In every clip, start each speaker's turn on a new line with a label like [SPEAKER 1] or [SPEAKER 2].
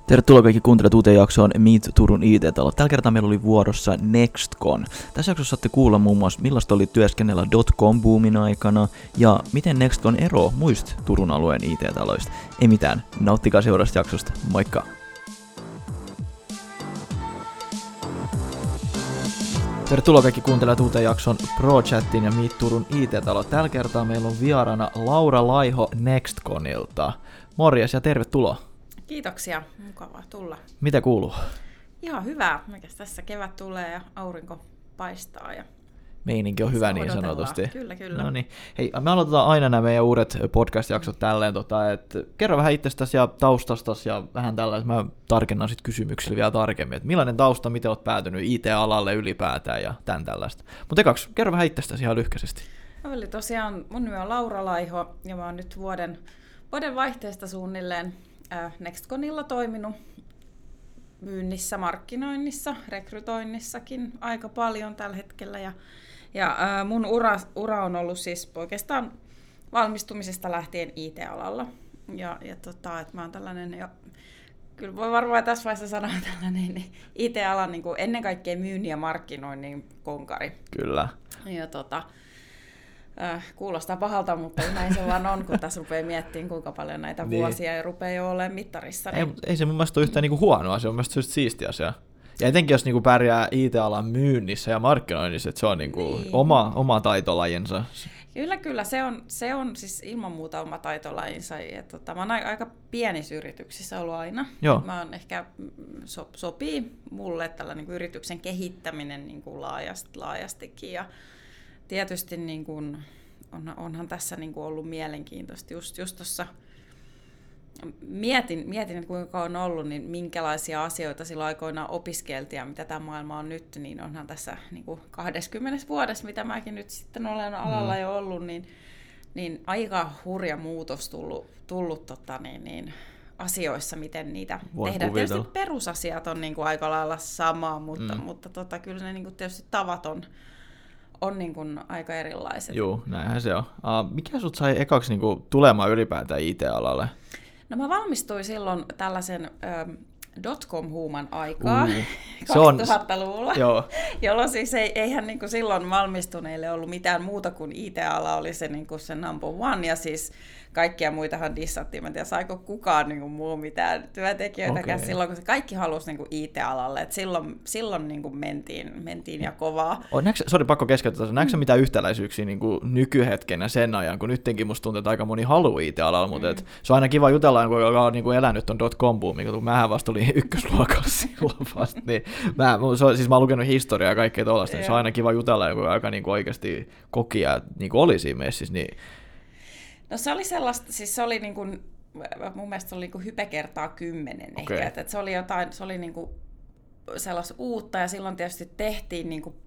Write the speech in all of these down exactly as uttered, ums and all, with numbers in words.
[SPEAKER 1] Tervetuloa kaikki kuuntelijat uuteen jaksoon Meet Turun I T-talo. Tällä kertaa meillä oli vuorossa NextCon. Tässä jaksossa saatte kuulla muun muassa millaista oli työskennellä dotcom-boomin aikana ja miten NextCon eroaa muista Turun alueen I T-taloista. Ei mitään, nauttikaa seuraavasta jaksosta. Moikka! Tervetuloa kaikki kuuntelijat uuteen jakson ProChatin ja Meet Turun I T-talo. Tällä kertaa meillä on vieraana Laura Laiho NextConilta. Morjes ja tervetuloa!
[SPEAKER 2] Kiitoksia, mukavaa tulla.
[SPEAKER 1] Mitä kuuluu?
[SPEAKER 2] Ihan hyvää, mikäs tässä kevät tulee ja aurinko paistaa. Ja
[SPEAKER 1] meininki on hyvä niin sanotusti.
[SPEAKER 2] Kyllä, kyllä.
[SPEAKER 1] No niin. Hei, me aloitetaan aina nämä meidän uudet podcast-jaksot tälleen, tota, että kerro vähän itsestäsi ja taustastasi ja vähän tällaista. Mä tarkennan sitten kysymyksillä vielä tarkemmin, että millainen tausta, miten olet päätynyt I T-alalle ylipäätään ja tämän tällaista. Mutta ekaksi, kerro vähän itsestäsi ihan lyhkäisesti.
[SPEAKER 2] Eli tosiaan mun nimi on Laura Laiho ja mä oon nyt vuoden, vuoden vaihteesta suunnilleen NextConilla toiminut myynnissä, markkinoinnissa, rekrytoinnissakin aika paljon tällä hetkellä. Ja, ja ää, mun ura, ura on ollut siis oikeastaan valmistumisesta lähtien I T-alalla. Ja, ja tota, että mä oon tällainen, jo, kyllä voi varmaan tässä vaiheessa sanoa tällainen niin I T-alan niin kuin ennen kaikkea myynnin ja markkinoinnin konkari.
[SPEAKER 1] Kyllä.
[SPEAKER 2] Ja tota, Äh, kuulostaa pahalta, mutta näin se vaan on, kun tässä rupeaa miettimään, kuinka paljon näitä
[SPEAKER 1] niin.
[SPEAKER 2] vuosia ja rupeaa jo olemaan mittarissa. Niin...
[SPEAKER 1] Ei, ei se mun mielestä ole yhtään niinku huono asia, mun mielestä se on siisti asia. Ja etenkin jos niinku pärjää I T-alan myynnissä ja markkinoinnissa, että se on niinku niin. oma, oma taitolajinsa.
[SPEAKER 2] Kyllä, kyllä. Se on, se on siis ilman muuta oma taitolajinsa. Ja tota, mä oon aika pienissä yrityksissä ollut aina.
[SPEAKER 1] Joo.
[SPEAKER 2] Mä oon ehkä so, sopii mulle tällä niin kuin yrityksen kehittäminen niin kuin laajasti, laajastikin. Ja tietysti niin kuin, on, onhan tässä niin kuin ollut mielenkiintoista. Just, just tuossa mietin, mietin, että kuinka on ollut, niin minkälaisia asioita silloin aikoinaan opiskeltiin ja mitä tämä maailma on nyt, niin onhan tässä niin kuin kahdessakymmenessä vuodessa, mitä mäkin nyt sitten olen alalla mm. jo ollut, niin, niin aika hurja muutos tullut, tullut tota, niin, niin, asioissa, miten niitä
[SPEAKER 1] Voin
[SPEAKER 2] tehdään.
[SPEAKER 1] kuvitella.
[SPEAKER 2] Tietysti perusasiat on niin kuin aika lailla sama, mutta,
[SPEAKER 1] mm. mutta
[SPEAKER 2] tota, kyllä ne niin kuin tietysti tavat on on niin kuin aika erilaiset.
[SPEAKER 1] Joo, näinhän se on. Uh, mikä sut sai ekaksi niin kuin tulemaan ylipäätään I T-alalle?
[SPEAKER 2] No mä valmistuin silloin tällaisen ähm, dotcom-huuman aikaa,
[SPEAKER 1] uh,
[SPEAKER 2] kaksituhattaluvulla,
[SPEAKER 1] joo.
[SPEAKER 2] jolloin siis ei, eihän niin kuin silloin valmistuneille ollut mitään muuta kuin I T-ala oli se, niin kuin se number one, ja siis kaikkia muitahan dissattiin. Mä en tiedä, saiko kukaan niin kuin muu mitään työntekijöitäkään okay. silloin, kun se kaikki halusi niin kuin I T-alalle. Et silloin silloin niin kuin mentiin, mentiin ja kovaa.
[SPEAKER 1] Sori, pakko keskeyttää. Näetkö mm. mitään yhtäläisyyksiä niin kuin nykyhetkenä sen ajan, kun nyttenkin musta tuntuu, että aika moni haluaa I T-alalla, mutta mm. et, se on aina kiva jutella, kun on niin kuin elänyt ton dotcom-boomin, kun mähän vasta olin ykkösluokalla silloin vasta. Niin mä, so, siis mä oon lukenut historiaa ja kaikkea tuollaista, niin se on aina kiva jutella, kun aika niin kuin oikeasti koki ja niin kuin oli siinä messissä, niin
[SPEAKER 2] no se oli sellaista, siis se oli niin kuin, mun mielestä se oli niin kuin hype kertaa kymmenen okay. ehkä, että, että se oli jotain, se oli niin kuin sellaista uutta ja silloin tietysti tehtiin niin kuin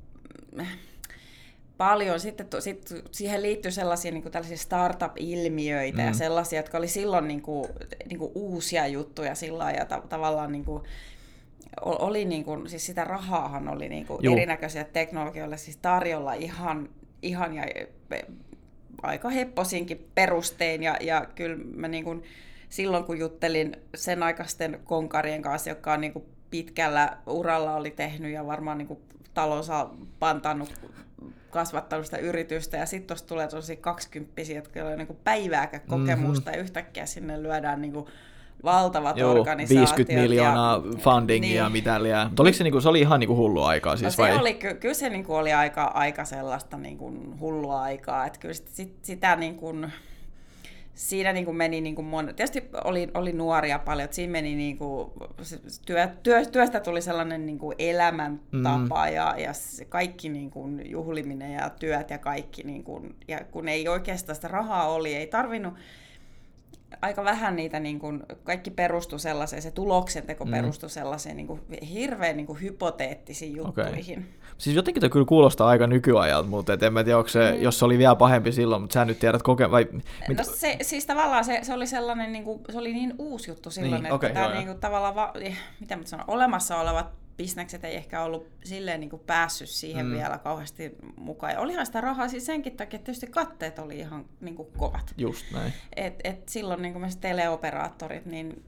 [SPEAKER 2] paljon, sitten to, sit siihen liittyi sellaisia niin kuin tällaisia startup-ilmiöitä mm. ja sellaisia, jotka oli silloin niin kuin, niin kuin uusia juttuja sillä ja ta- tavallaan niin kuin, oli niin kuin, siis sitä rahaahan oli niin kuin erinäköisiä teknologioille siis tarjolla ihan, ihan ja aika hepposinkin perustein, ja, ja kyllä mä niin kuin, silloin kun juttelin sen aikaisten konkarien kanssa, jotka on niin kuin pitkällä uralla oli tehnyt ja varmaan niin kuin talonsa pantannut, kasvattanut sitä yritystä, ja sitten tuossa tulee tosi kaksikymppisiä, jotka ei ole niin kuin päivääkään kokemusta, mm-hmm. ja yhtäkkiä sinne lyödään niin kuin valtavat Joo, organisaatiot.
[SPEAKER 1] viisikymmentä miljoonaa
[SPEAKER 2] ja,
[SPEAKER 1] fundingia,
[SPEAKER 2] niin.
[SPEAKER 1] mitä liian. Mutta oliko se, niinku, se oli ihan niinku hullua aikaa siis,
[SPEAKER 2] no
[SPEAKER 1] vai?
[SPEAKER 2] Se oli, kyllä se niinku oli aika, aika sellaista niinku hullua aikaa, että kyllä sit, sitä niinku, siinä niinku meni niinku mon... Tietysti oli, oli nuoria paljon, että siinä meni niinku, työ, työ, työstä tuli sellainen niinku elämäntapa mm. ja, ja kaikki niinku juhliminen ja työt ja kaikki, niinku, ja kun ei oikeastaan sitä rahaa oli, ei tarvinnut aika vähän niitä, niin kuin, kaikki perustui sellaiseen, se tuloksenteko mm. perustui sellaiseen niin kuin, hirveän niin kuin, hypoteettisiin juttuihin. Okay.
[SPEAKER 1] Siis jotenkin tämä kyllä kuulostaa aika nykyajalta, mutta et en mä tiedä, onko se, mm. jos se oli vielä pahempi silloin, mutta sä nyt tiedät kokea, vai
[SPEAKER 2] no se, siis tavallaan se, se oli sellainen, niin kuin, se oli niin uusi juttu silloin,
[SPEAKER 1] niin,
[SPEAKER 2] että
[SPEAKER 1] okay,
[SPEAKER 2] tämä
[SPEAKER 1] joo,
[SPEAKER 2] niin kuin, tavallaan, va, mitä mä sanon, olemassa olevat bisnekset ei ehkä ollut silleen niin kuin päässyt siihen mm. vielä kauheasti mukaan. Ja olihan sitä rahaa siis senkin takia, että tietysti katteet oli ihan niin kuin kovat.
[SPEAKER 1] Just näin.
[SPEAKER 2] Et, et silloin niin kuin me teleoperaattorit, niin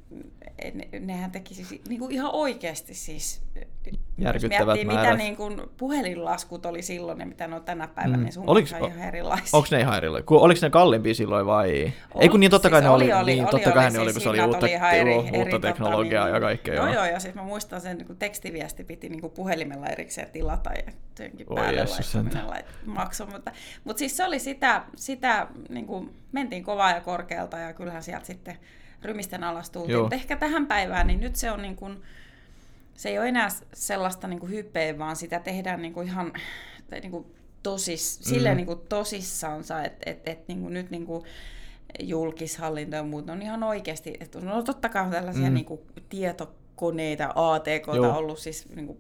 [SPEAKER 2] ne, nehän teki siis niin kuin ihan oikeasti siis,
[SPEAKER 1] järkyttävät
[SPEAKER 2] miettii,
[SPEAKER 1] määrät.
[SPEAKER 2] Mitä niin kuin puhelinlaskut oli silloin ja mitä ne on tänä päivänä, mm. niin sun
[SPEAKER 1] Oliks,
[SPEAKER 2] on ihan erilaisia.
[SPEAKER 1] Onko ne ihan erilaisia? Oliko ne kalliimpia silloin vai? Ol, ei kun niin totta kai
[SPEAKER 2] siis
[SPEAKER 1] ne oli,
[SPEAKER 2] oli,
[SPEAKER 1] niin,
[SPEAKER 2] oli,
[SPEAKER 1] totta kai
[SPEAKER 2] oli,
[SPEAKER 1] ne oli,
[SPEAKER 2] siis
[SPEAKER 1] kun se oli
[SPEAKER 2] hinnat
[SPEAKER 1] uutta,
[SPEAKER 2] oli ihan eri,
[SPEAKER 1] uutta
[SPEAKER 2] eri,
[SPEAKER 1] teknologiaa
[SPEAKER 2] tota,
[SPEAKER 1] ja kaikkea.
[SPEAKER 2] Joo,
[SPEAKER 1] joo,
[SPEAKER 2] joo, ja sitten mä muistan sen, kun tekstiviesti piti niin kuin puhelimella erikseen tilata ja jotenkin
[SPEAKER 1] Oi
[SPEAKER 2] päälle
[SPEAKER 1] Jesus,
[SPEAKER 2] laittaminen maksoi. Mutta, mutta siis se oli sitä, sitä niin kuin mentiin kovaa ja korkealta ja kyllähän sieltä sitten rymisten alas tultiin. Mutta ehkä tähän päivään, niin nyt se on niin kuin, se ei ole enää sellaista niin kuin hypeä, vaan sitä tehdään niin kuin ihan niin kuin tosis, mm. silleen niin kuin tosissaansa, että et, et, niin kuin nyt niin kuin julkishallinto ja muut on ihan oikeasti, että no totta kai on tällaisia mm. niin kuin tietokoneita, A T K:ta ollut siis niin kuin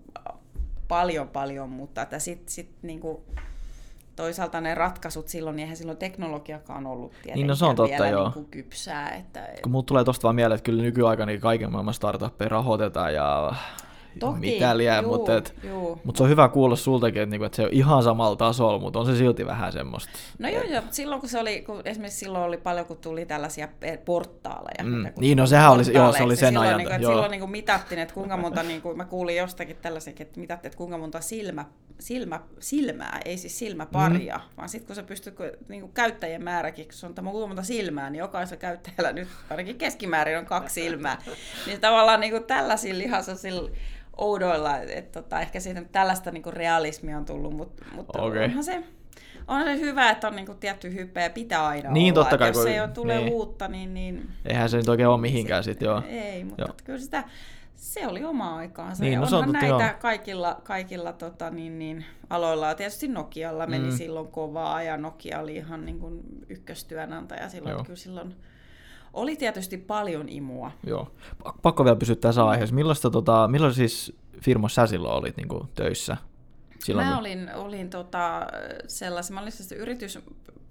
[SPEAKER 2] paljon paljon, mutta että sit, sit niin kuin toisaalta ne ratkaisut silloin, niin eihän silloin teknologiakaan ollut tietenkään niin, no se on totta, vielä joo. Niin kuin kypsää. Että,
[SPEAKER 1] kun mulle tulee tosta vaan mieleen, että kyllä nykyaikana niin kaiken maailman startuppeja rahoitetaan ja
[SPEAKER 2] toki,
[SPEAKER 1] mitä liian,
[SPEAKER 2] juu,
[SPEAKER 1] mutta, et,
[SPEAKER 2] juu.
[SPEAKER 1] mutta se on hyvä kuulla sultakin, että, että se on ihan samalla tasolla, mutta on se silti vähän semmoista.
[SPEAKER 2] No joo, joo. Silloin kun se oli, kun esimerkiksi silloin oli paljon, kun tuli tällaisia portaaleja.
[SPEAKER 1] Mm.
[SPEAKER 2] Mitä,
[SPEAKER 1] niin, no sehän oli, joo, se oli sen
[SPEAKER 2] silloin,
[SPEAKER 1] ajan.
[SPEAKER 2] Niin kuin, silloin niin kuin mitattiin, että kuinka monta, niin kuin, mä kuulin jostakin tällaisenkin, että mitattiin, että kuinka monta silmä, silmä, silmää, ei siis silmäparia, mm. vaan sitten kun se pystyy, niin kuin käyttäjien määräkin, kun se on kuinka monta silmää, niin jokaisella käyttäjällä nyt ainakin keskimäärin on kaksi silmää. Niin tavallaan niin kuin tällaisilla lihaisilla oudoilla, että tota, ehkä siitä tällaista niinku realismia on tullut, mutta mut
[SPEAKER 1] okay.
[SPEAKER 2] onhan se, on se hyvä, että on niinku tietty hype ja pitää aina
[SPEAKER 1] niin,
[SPEAKER 2] olla.
[SPEAKER 1] Totta kai,
[SPEAKER 2] jos
[SPEAKER 1] kun,
[SPEAKER 2] ei ole tule
[SPEAKER 1] niin.
[SPEAKER 2] uutta, niin, niin...
[SPEAKER 1] Eihän se nyt oikein ole mihinkään sitten, joo.
[SPEAKER 2] Ei, mutta
[SPEAKER 1] joo.
[SPEAKER 2] kyllä sitä, se oli oma aikaansa.
[SPEAKER 1] Niin,
[SPEAKER 2] ja
[SPEAKER 1] no,
[SPEAKER 2] onhan
[SPEAKER 1] on,
[SPEAKER 2] näitä
[SPEAKER 1] joo.
[SPEAKER 2] kaikilla, kaikilla tota, niin, niin, aloilla. Ja tietysti Nokialla meni mm. silloin kovaa ja Nokia oli ihan niin kuin ykköstyönantaja silloin. Joo. Kyllä silloin oli tietysti paljon imua.
[SPEAKER 1] Joo. Pakko vielä pysyä tässä aiheessa. Millaista, tota, millaista siis firmassa sä silloin olit niin kuin töissä? Silloin,
[SPEAKER 2] mä
[SPEAKER 1] kun...
[SPEAKER 2] olin, olin tota, sellaisen, mä olin yritys,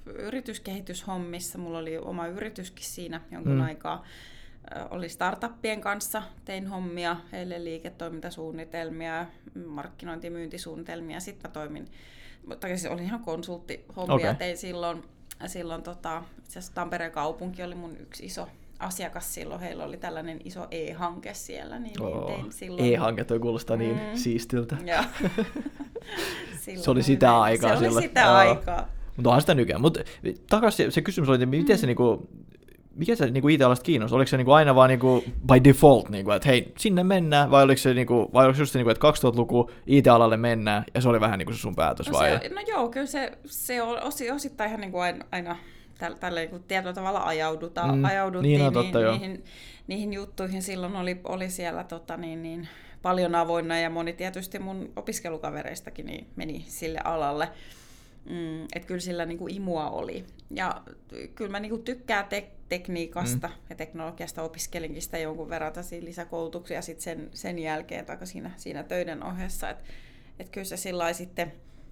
[SPEAKER 2] yrityskehityshommissa, mulla oli oma yrityskin siinä jonkun mm. aikaa. Oli startuppien kanssa, tein hommia, heille liiketoimintasuunnitelmia, markkinointimyyntisuunnitelmia, sitten mä toimin, mutta siis olin ihan konsulttihommia, okay. tein silloin, silloin tota, itse asiassa Tampereen kaupunki oli mun yksi iso asiakas silloin, heillä oli tällainen iso e-hanke siellä, niin
[SPEAKER 1] oh,
[SPEAKER 2] tein silloin.
[SPEAKER 1] E-hanke toi kuulostaa mm. niin siistiltä.
[SPEAKER 2] Se
[SPEAKER 1] oli sitä aikaa.
[SPEAKER 2] Se
[SPEAKER 1] silloin.
[SPEAKER 2] oli sitä Aa. aikaa.
[SPEAKER 1] Mutta onhan sitä nykyään. Mutta takaisin se, se kysymys oli, että miten mm. se niinku, mikä se niinku I T-alasta kiinnosti? Oliko se niinku aina vaan niinku by default, niinku, että hei, sinne mennään, vai oliko se, niinku, vai oliko se just se, niinku, että kaksituhattaluku I T-alalle mennään, ja se oli vähän niinku se sun päätös,
[SPEAKER 2] no
[SPEAKER 1] vai?
[SPEAKER 2] Se, no joo, kyllä se, se on osi, osittain ihan niinku aina, aina tällä niin tietyllä tavalla ajaudutaan, mm, ajauduttiin niin, totta, niin, niihin, niihin juttuihin. Silloin oli, oli siellä tota, niin, niin, paljon avoinna ja moni tietysti mun opiskelukavereistakin niin meni sille alalle. Mm, että kyllä sillä niin kuin imua oli. Ja kyllä mä niin kuin tykkään te- tekniikasta mm. ja teknologiasta, opiskelinkin sitä jonkun verran lisäkoulutuksia sit sen, sen jälkeen tai siinä, siinä töiden ohessa. Että et kyllä se sillä sitten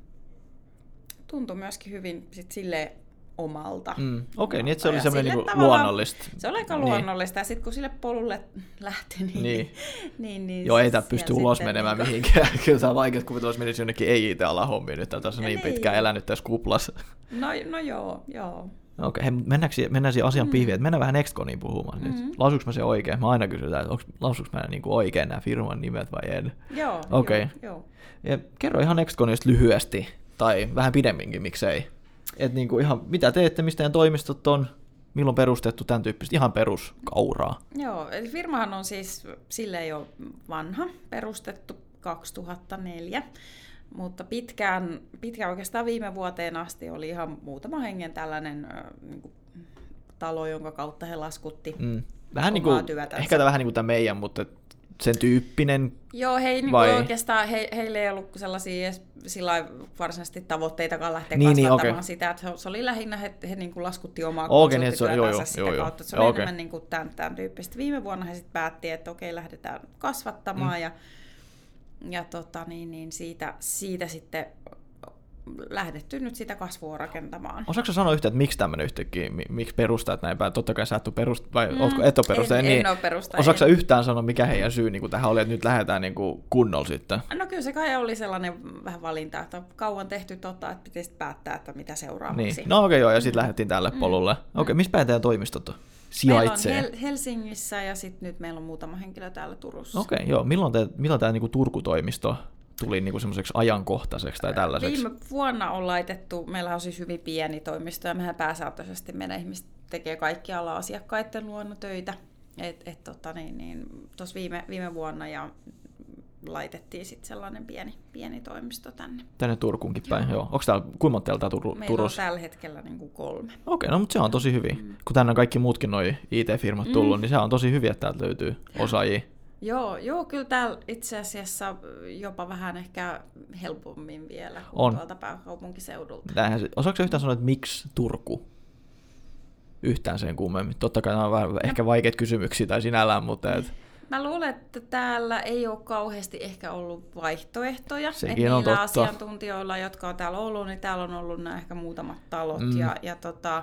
[SPEAKER 2] tuntui myöskin hyvin sit silleen omalta.
[SPEAKER 1] Mm. Okei, okay, niin että se oli semmoinen niinku luonnollista.
[SPEAKER 2] Se oli aika luonnollista, niin. Ja sitten kun sille polulle lähti, niin...
[SPEAKER 1] niin.
[SPEAKER 2] niin, niin
[SPEAKER 1] joo, ei tämä pysty ulos menemään niin mihinkään. Kyllä tämä on vaikea, kun tuossa menisi jonnekin ei I T-alan hommiin. Nyt on tässä niin pitkään niin. elänyt tässä kuplassa.
[SPEAKER 2] No, no joo, joo.
[SPEAKER 1] Okei, okay, mennään, mennään siihen asian mm. pihviin, että mennään vähän Nextconiin puhumaan mm. nyt. Lausuuko mä se oikein? Mä aina kysytään, että lausuuko mä niinku oikein nämä firman nimet vai en?
[SPEAKER 2] Joo,
[SPEAKER 1] okay.
[SPEAKER 2] joo, joo.
[SPEAKER 1] Ja kerro ihan Nextconista lyhyesti, tai vähän pidemminkin, miksei. Että niinku ihan, mitä teette, mistä teidän toimistot on, milloin perustettu, tämän tyyppistä, ihan peruskauraa.
[SPEAKER 2] Joo, eli firmahan on siis silleen jo vanha, perustettu kaksituhattaneljä, mutta pitkään, pitkään oikeastaan viime vuoteen asti oli ihan muutama hengen tällainen äh, niin kuin, talo, jonka kautta he laskutti mm. vähän niin kuin, työtänsä.
[SPEAKER 1] Ehkä tämä vähän niin kuin tämä meidän, mutta sen tyyppinen.
[SPEAKER 2] Joo, he, niin kuin oikeastaan he, heillä ei ollut sellaisia sillä varsinaisesti tavoitteitakaan lähteä niin, kasvattamaan niin, okay. sitä, että se oli lähinnä, he, he niin kuin laskutti omaa
[SPEAKER 1] okay,
[SPEAKER 2] konsulttityötänsä sitä joo, kautta. Se oli
[SPEAKER 1] okay.
[SPEAKER 2] enemmän niin kuin tämän, tämän tyyppistä. Viime vuonna he sitten päätti, että okei, lähdetään kasvattamaan mm. ja, ja tota, niin, niin siitä, siitä sitten lähdetty nyt sitä kasvua rakentamaan.
[SPEAKER 1] Osaatko sanoa yhtään, että miksi tämmöinen yhtäkkiä, miksi perustajat näin päin? Totta kai sä et ole perustajat, vai mm, ootko et ole perustajat?
[SPEAKER 2] En,
[SPEAKER 1] niin,
[SPEAKER 2] en ole perustajat.
[SPEAKER 1] Osaatko sä yhtään sanoa, mikä heidän syy niin tähän oli, että nyt lähdetään niin kuin kunnolla sitten?
[SPEAKER 2] No kyllä se kai oli sellainen vähän valinta, että kauan tehty tota, että pitäisi päättää, että mitä seuraavaksi.
[SPEAKER 1] Niin. No okei okay, joo, ja sitten
[SPEAKER 2] mm.
[SPEAKER 1] lähdettiin tälle
[SPEAKER 2] mm.
[SPEAKER 1] polulle. Okei, okay,
[SPEAKER 2] mm.
[SPEAKER 1] missä päin teidän toimistot sijaitsee?
[SPEAKER 2] Meillä on Hel- Helsingissä ja sitten nyt meillä on muutama henkilö täällä Turussa.
[SPEAKER 1] Okei, okay, joo. Milloin, te, milloin tämä niin Turku-toimisto tuli niinku semmoiseksi ajankohtaiseksi tai tällaiseksi?
[SPEAKER 2] Viime vuonna on laitettu, meillä on siis hyvin pieni toimisto ja mehän pääsääntöisesti meidän ihmiset tekee kaikkialla asiakkaiden luona töitä. Et, et, tota, niin, niin, tuossa viime, viime vuonna ja laitettiin sitten sellainen pieni, pieni toimisto tänne.
[SPEAKER 1] Tänne Turkuunkin päin, joo. joo. Onko täällä, kuinka monta teillä Turu,
[SPEAKER 2] Meillä
[SPEAKER 1] Turussa?
[SPEAKER 2] on tällä hetkellä niin kuin kolme.
[SPEAKER 1] Okei, okay, no mutta se on tosi hyvin. Mm. Kun tänne on kaikki muutkin noi I T-firmat tullut, mm. niin se on tosi hyvin, että täältä löytyy osaajia.
[SPEAKER 2] Joo, joo, kyllä täällä itse asiassa jopa vähän ehkä helpommin vielä kuin
[SPEAKER 1] on.
[SPEAKER 2] Tuolta pääkaupunkiseudulta.
[SPEAKER 1] Näinhän se, osaatko yhtään sanoa, että miksi Turku? Yhtään sen kummemmin. Totta kai nämä on vähän no. ehkä vaikeita kysymyksiä tai sinällään, mutta... Et...
[SPEAKER 2] Mä luulen, että täällä ei ole kauheasti ehkä ollut vaihtoehtoja.
[SPEAKER 1] Sekin on totta.
[SPEAKER 2] Asiantuntijoilla, jotka on täällä ollut, niin täällä on ollut nämä ehkä muutamat talot mm. ja, ja tota,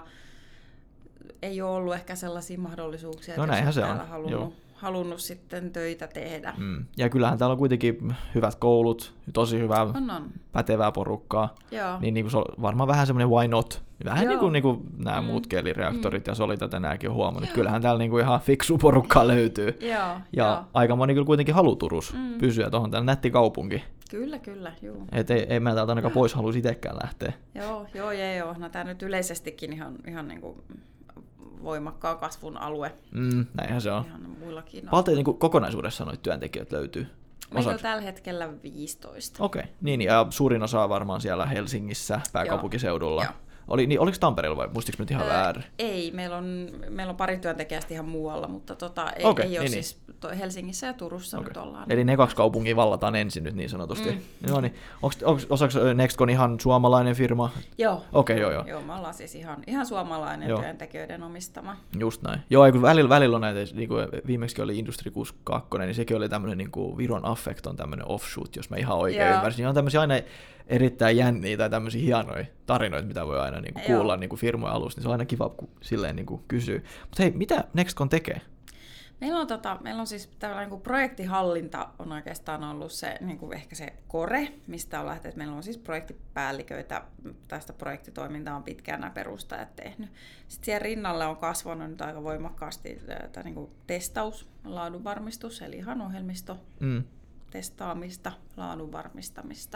[SPEAKER 2] ei ole ollut ehkä sellaisia mahdollisuuksia,
[SPEAKER 1] no,
[SPEAKER 2] että jos
[SPEAKER 1] se
[SPEAKER 2] täällä
[SPEAKER 1] on.
[SPEAKER 2] halunnut, halunnut sitten töitä tehdä.
[SPEAKER 1] Mm. Ja kyllähän täällä on kuitenkin hyvät koulut, tosi hyvää,
[SPEAKER 2] on, on.
[SPEAKER 1] pätevää porukkaa.
[SPEAKER 2] Joo.
[SPEAKER 1] Niin, niin kuin se on varmaan vähän semmoinen why not. Vähän niin kuin, niin kuin nämä mm. muut kielireaktorit mm. ja Solidat tänäänkin on huomannut. Joo. Kyllähän täällä niin kuin ihan fiksu porukkaa löytyy.
[SPEAKER 2] Joo,
[SPEAKER 1] ja
[SPEAKER 2] jo.
[SPEAKER 1] aika moni kyllä kuitenkin haluaa Turussa mm. pysyä. Tuohon täällä nätti kaupunki.
[SPEAKER 2] Kyllä, kyllä, joo.
[SPEAKER 1] Et ei, ei meiltä ainakaan pois haluaisi itsekään lähteä.
[SPEAKER 2] Joo, joo, ja joo. No tämä nyt yleisestikin ihan, ihan niin kuin voimakkaan kasvun alue.
[SPEAKER 1] Mm, näinhän se on.
[SPEAKER 2] Ihan muillakin.
[SPEAKER 1] Paljon niin kokonaisuudessa noita työntekijöitä löytyy?
[SPEAKER 2] Meillä on tällä hetkellä viisitoista.
[SPEAKER 1] Okei, okay. niin ja suurin osa varmaan siellä Helsingissä, pääkaupunkiseudulla. Joo. Oli, niin, oliko Tampereella vai muistiko nyt ihan öö, väärin?
[SPEAKER 2] Ei, meillä on, meillä on pari työntekijästä ihan muualla, mutta tota, ei,
[SPEAKER 1] okay,
[SPEAKER 2] ei
[SPEAKER 1] niin,
[SPEAKER 2] ole
[SPEAKER 1] niin.
[SPEAKER 2] siis Helsingissä ja Turussa okay. nyt ollaan.
[SPEAKER 1] Eli ne kaksi kaupunkia vallataan ensin nyt niin sanotusti. Mm. No niin, osaako Nextcon ihan suomalainen firma?
[SPEAKER 2] Joo.
[SPEAKER 1] Okei, okay, joo, joo.
[SPEAKER 2] Joo, me ollaan siis ihan, ihan suomalainen joo. työntekijöiden omistama.
[SPEAKER 1] Just näin. Joo, kun välillä, välillä on näitä, niin kuin viimeksi oli Industry kuusikymmentäkaksi, niin sekin oli tämmöinen niin kuin Viron Affect on tämmöinen offshoot, jos mä ihan oikein joo. ymmärsin. On tämmöisiä aina erittäin jänniä tai tämmöisiä hienoja tarinoita, mitä voi aina niin kuin kuulla niin kuin firmojen alusta, niin se on aina kiva kun silleen niin kuin kysyy. Mutta hei, mitä Nextcon tekee?
[SPEAKER 2] Meillä on, tota, meillä on siis tällainen niin projektihallinta on oikeastaan ollut se, niin kuin ehkä se core, mistä on lähtenyt. Meillä on siis projektipäälliköitä, tästä projektitoimintaa on pitkään nämä perustajat tehnyt. Sitten siihen rinnalle on kasvanut nyt aika voimakkaasti tämä niin kuin testaus, laadunvarmistus, eli ihan ohjelmisto, mm. testaamista, laadun varmistamista.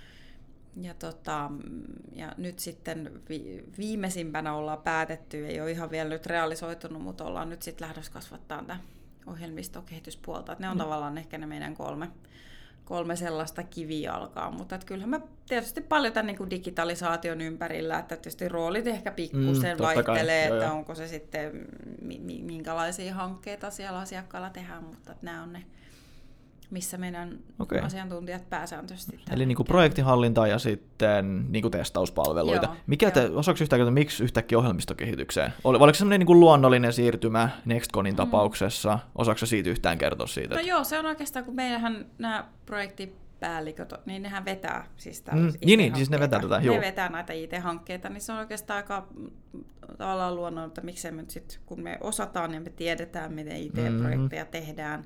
[SPEAKER 2] Ja, tota, ja nyt sitten vi- viimeisimpänä ollaan päätetty, ei ole ihan vielä nyt realisoitunut, mutta ollaan nyt sitten lähdössä kasvattaa tätä ohjelmistokehityspuolta. Et ne on mm. tavallaan ehkä ne meidän kolme, kolme sellaista kivijalkaa, mutta et kyllähän me tietysti paljon tämän niin kuin digitalisaation ympärillä, että tietysti roolit ehkä pikkusen mm, vaihtelee, kai, että joo, onko se sitten mi- minkälaisia hankkeita siellä asiakkaalla tehdään, mutta nämä on ne, missä meidän okay. asiantuntijat pääsääntöisesti.
[SPEAKER 1] Eli niin kuin projektihallintaa ja sitten niin kuin testauspalveluita.
[SPEAKER 2] Joo,
[SPEAKER 1] Mikä te, osaako yhtään kertoa, miksi yhtäkkiä ohjelmistokehitykseen? Oliko se sellainen niin kuin luonnollinen siirtymä Nextconin mm. tapauksessa? Osaako siitä yhtään kertoa siitä?
[SPEAKER 2] No joo, se on oikeastaan, kun meillähän nämä projektipäälliköt, niin nehän vetää siis
[SPEAKER 1] mm, niin, niin, siis ne vetää tätä,
[SPEAKER 2] ne
[SPEAKER 1] joo.
[SPEAKER 2] vetää näitä I T-hankkeita, niin se on oikeastaan aika tavallaan luonnollinen, että miksei me nyt sitten, kun me osataan ja me tiedetään, miten I T-projekteja mm. tehdään,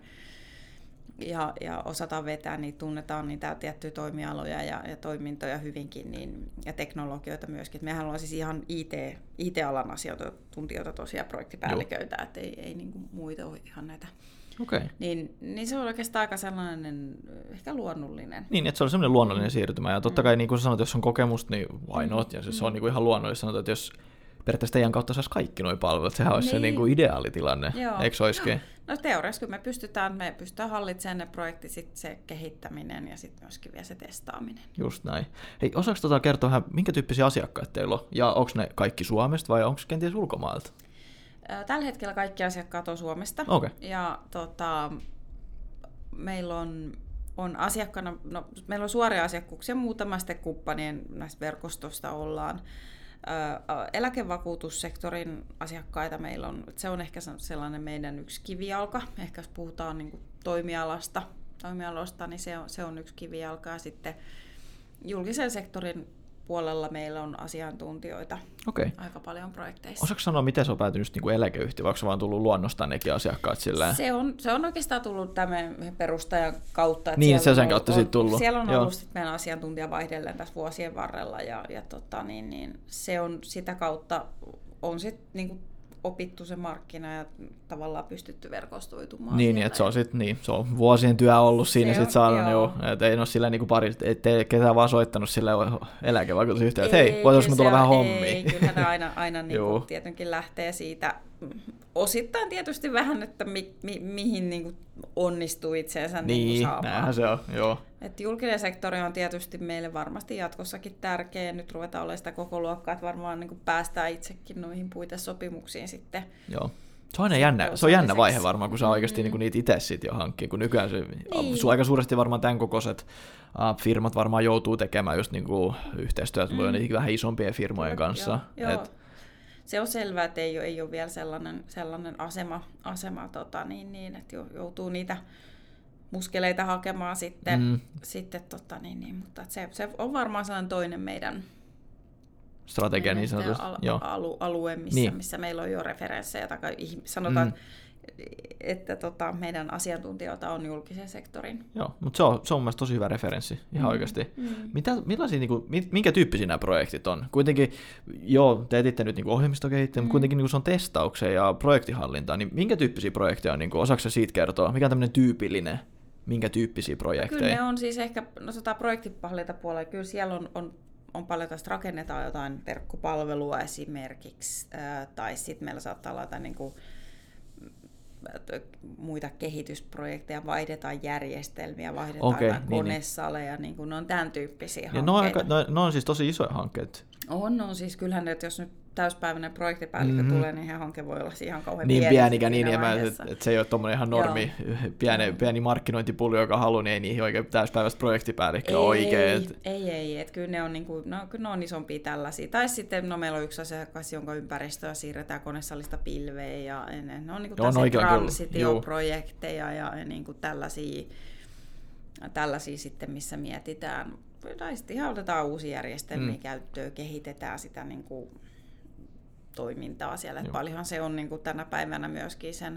[SPEAKER 2] Ja, ja osataan vetää, niin tunnetaan niitä tiettyjä toimialoja ja, ja toimintoja hyvinkin niin, ja teknologioita myöskin. Mehän ollaan siis ihan I T, I T-alan asiantuntijoita tosiaan projektipäälliköitä, että ei, ei niin kuin muita ole ihan näitä.
[SPEAKER 1] Okay.
[SPEAKER 2] Niin, niin se on oikeastaan aika sellainen ehkä luonnollinen.
[SPEAKER 1] Niin, että se on sellainen luonnollinen siirtymä. Ja totta kai niin kuin sanoit, jos on kokemusta, niin why not? Ja se, se on niin kuin ihan luonnollista sanoa, että jos periaatteessa teidän kautta saisi kaikki nuo palvelut, sehän olisi niin. se niin kuin ideaalitilanne. Joo. Eikö se olisikin?
[SPEAKER 2] No teoriassa kyllä me pystytään, me pystytään hallitsemaan ne projektit, sit se kehittäminen ja sitten myöskin vielä se testaaminen.
[SPEAKER 1] Just näin. Hei, osaako tota kertoa vähän, minkä tyyppisiä asiakkaita teillä on? Ja onko ne kaikki Suomesta vai onko kenties ulkomailta?
[SPEAKER 2] Tällä hetkellä kaikki asiakkaat on Suomesta.
[SPEAKER 1] Okay.
[SPEAKER 2] Ja tota, meillä on, on asiakkaana, no, meillä on suoria asiakkuuksia, muutama sitten kumppanien näistä verkostosta ollaan. Eläkevakuutussektorin asiakkaita meillä on, se on ehkä sellainen meidän yksi kivijalka, ehkä jos puhutaan niin kuin toimialasta, toimialosta, niin se on, se on yksi kivijalka, ja sitten julkisen sektorin puolella meillä on asiantuntijoita
[SPEAKER 1] okay.
[SPEAKER 2] aika paljon projekteissa.
[SPEAKER 1] Osaatko sanoa, miten se on päätynyt niin kuin eläkeyhtiö, vai onko se vaan tullut luonnostaan nekin asiakkaat silleen?
[SPEAKER 2] Se on, se on oikeastaan tullut tämän perustajan kautta. Että
[SPEAKER 1] niin, se on sen
[SPEAKER 2] on,
[SPEAKER 1] kautta
[SPEAKER 2] on,
[SPEAKER 1] siitä tullut.
[SPEAKER 2] Siellä on
[SPEAKER 1] Joo.
[SPEAKER 2] ollut sit meidän asiantuntija vaihdellen tässä vuosien varrella, ja, ja tota, niin, niin, se on sitä kautta on sit, niin kuin opittu se markkina ja tavallaan pystytty verkostoitumaan.
[SPEAKER 1] Niin, että se on sit, niin, se on vuosien työ ollut siinä sitten saanut, joo. Että ei ole sillä niinku pari, ettei ketään vaan soittanut sille eläkevakuutusyhtiölle, että hei, voitaisiinko tulla vähän hommia?
[SPEAKER 2] Ei, kyllähän ne aina, aina niinku tietenkin lähtee siitä, osittain tietysti vähän, että mi, mi, mihin niinku onnistuu itseensä
[SPEAKER 1] niin,
[SPEAKER 2] niinku saamaan.
[SPEAKER 1] Näinhän se on, joo.
[SPEAKER 2] Et julkinen sektori on tietysti meille varmasti jatkossakin tärkeä. Nyt ruvetaan olemaan sitä koko luokkaa, että varmaan niin kuin päästään itsekin noihin puitesopimuksiin sitten.
[SPEAKER 1] Joo. Se on, jännä, se on jännä vaihe varmaan, kun sä oikeasti mm-hmm. niitä itse sit jo hankkii, kun nykyään se, niin. Sun aika suuresti varmaan tämän kokoiset uh, firmat varmaan joutuu tekemään just niinku yhteistyötä mm. niitä vähän isompien firmojen kanssa.
[SPEAKER 2] Joo,
[SPEAKER 1] Et...
[SPEAKER 2] joo. Se on selvää, että ei ole, ei ole vielä sellainen, sellainen asema, asema tota, niin, niin, että joutuu niitä muskeleita hakemaan sitten, mm. sitten tota, niin, niin, mutta se, se on varmaan sellainen toinen meidän
[SPEAKER 1] strategia niin sanotusti.
[SPEAKER 2] Al- alu, alue, missä, niin. missä meillä on jo referenssejä, tai sanotaan, mm. että tota, meidän asiantuntijoita on julkisen sektorin.
[SPEAKER 1] Joo, mutta se on, se on mun mielestä tosi hyvä referenssi, ihan mm. oikeasti. Mm. Mitä, millaisia, niin kuin, minkä tyyppisiä nämä projektit on? Kuitenkin, joo, te etitte nyt niin ohjelmistokehittäjä, mm. mutta kuitenkin niin se on testaukseen ja projektihallintaan, niin minkä tyyppisiä projekteja on, niin kuin, osaako siitä kertoa? Mikä on tämmöinen tyypillinen, minkä tyyppisiä projekteja?
[SPEAKER 2] Kyllä ne on siis ehkä, no tota projektihallintapuolella, kyllä siellä on, on on paljon tästä, rakennetaan jotain verkkopalvelua esimerkiksi, ää, tai sitten meillä saattaa olla jotain niin kuin, muita kehitysprojekteja, vaihdetaan järjestelmiä, vaihdetaan
[SPEAKER 1] okay,
[SPEAKER 2] jotain
[SPEAKER 1] niin,
[SPEAKER 2] konesaleja, niin kuin, ne on tämän tyyppisiä
[SPEAKER 1] ja hankkeita. Ne on, ne on siis tosi isoja hankkeita.
[SPEAKER 2] On, on siis kyllähän, että jos nyt täyspäiväinen projektipäällikkö mm-hmm. tulee, niin hanke voi olla ihan kauhean
[SPEAKER 1] niin
[SPEAKER 2] pieni.
[SPEAKER 1] Pienikä, niin pieni, että et se ei ole tuommoinen ihan normi, pieni, pieni markkinointipulli, joka haluaa, niin ei niihin oikein täyspäiväistä projektipäällikköä oikein.
[SPEAKER 2] Ei, ei, että kyllä ne on, niin kuin, no, kyllä ne on isompia tällaisia. Tai sitten, no meillä on yksi asiakas, jonka ympäristöä siirretään konesalista pilveen, ja ne on niin kuin tällaisia transitioprojekteja ja, ja niin kuin tällaisia, tällaisia sitten, missä mietitään. Tai sitten ihan otetaan uusia järjestelmiä mm. käyttöön, kehitetään sitä niin kuin toimintaa siellä. Paljonhan se on niin kuin tänä päivänä myöskin sen